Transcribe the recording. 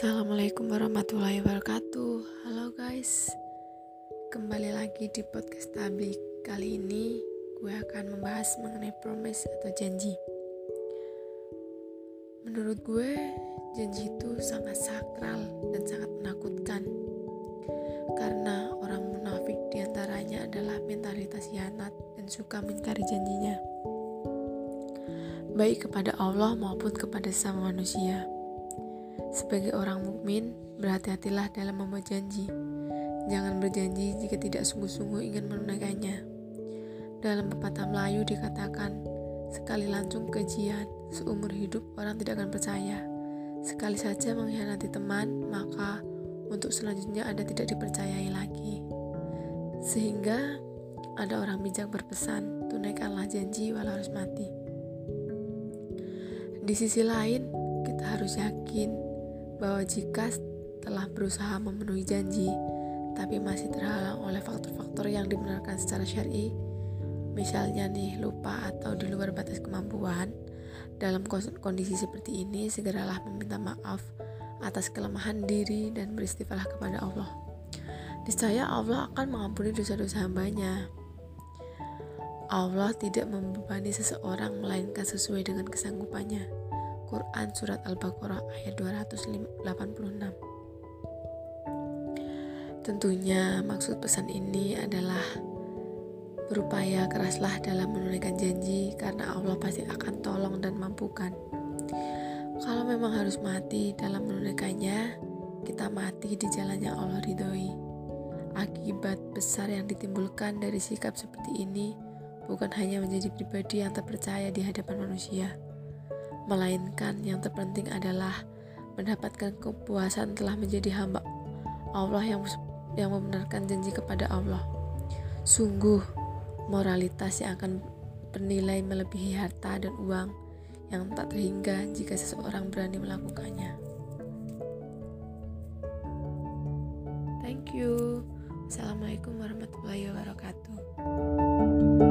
Assalamualaikum warahmatullahi wabarakatuh. Halo guys, kembali lagi di podcast Tablik. Kali ini gue akan membahas mengenai promise atau janji. Menurut gue, janji itu sangat sakral dan sangat menakutkan. Karena orang munafik diantaranya adalah mentalitas hianat dan suka mengingkari janjinya, baik kepada Allah maupun kepada sesama manusia. Sebagai orang mukmin, berhati-hatilah dalam membuat janji. Jangan berjanji jika tidak sungguh-sungguh ingin menunaikannya. Dalam pepatah Melayu dikatakan, sekali lancung kejian, seumur hidup orang tidak akan percaya. Sekali saja mengkhianati teman, maka untuk selanjutnya Anda tidak dipercayai lagi. Sehingga ada orang bijak berpesan, tunaikanlah janji walau harus mati. Di sisi lain, kita harus yakin bahwa jika telah berusaha memenuhi janji, tapi masih terhalang oleh faktor-faktor yang dibenarkan secara syar'i, misalnya lupa atau di luar batas kemampuan, dalam kondisi seperti ini, segeralah meminta maaf atas kelemahan diri dan beristighfarlah kepada Allah. Niscaya Allah akan mengampuni dosa-dosa hambanya. Allah tidak membebani seseorang melainkan sesuai dengan kesanggupannya. Quran Surat Al-Baqarah ayat 286. Tentunya maksud pesan ini adalah berupaya keraslah dalam menunaikan janji, karena Allah pasti akan tolong dan mampukan. Kalau memang harus mati dalam menunaikannya, kita mati di jalan yang Allah ridhoi. Akibat besar yang ditimbulkan dari sikap seperti ini bukan hanya menjadi pribadi yang terpercaya di hadapan manusia, melainkan yang terpenting adalah mendapatkan kepuasan telah menjadi hamba Allah yang membenarkan janji kepada Allah. Sungguh moralitas yang akan bernilai melebihi harta dan uang yang tak terhingga jika seseorang berani melakukannya. Thank you. Assalamualaikum warahmatullahi wabarakatuh.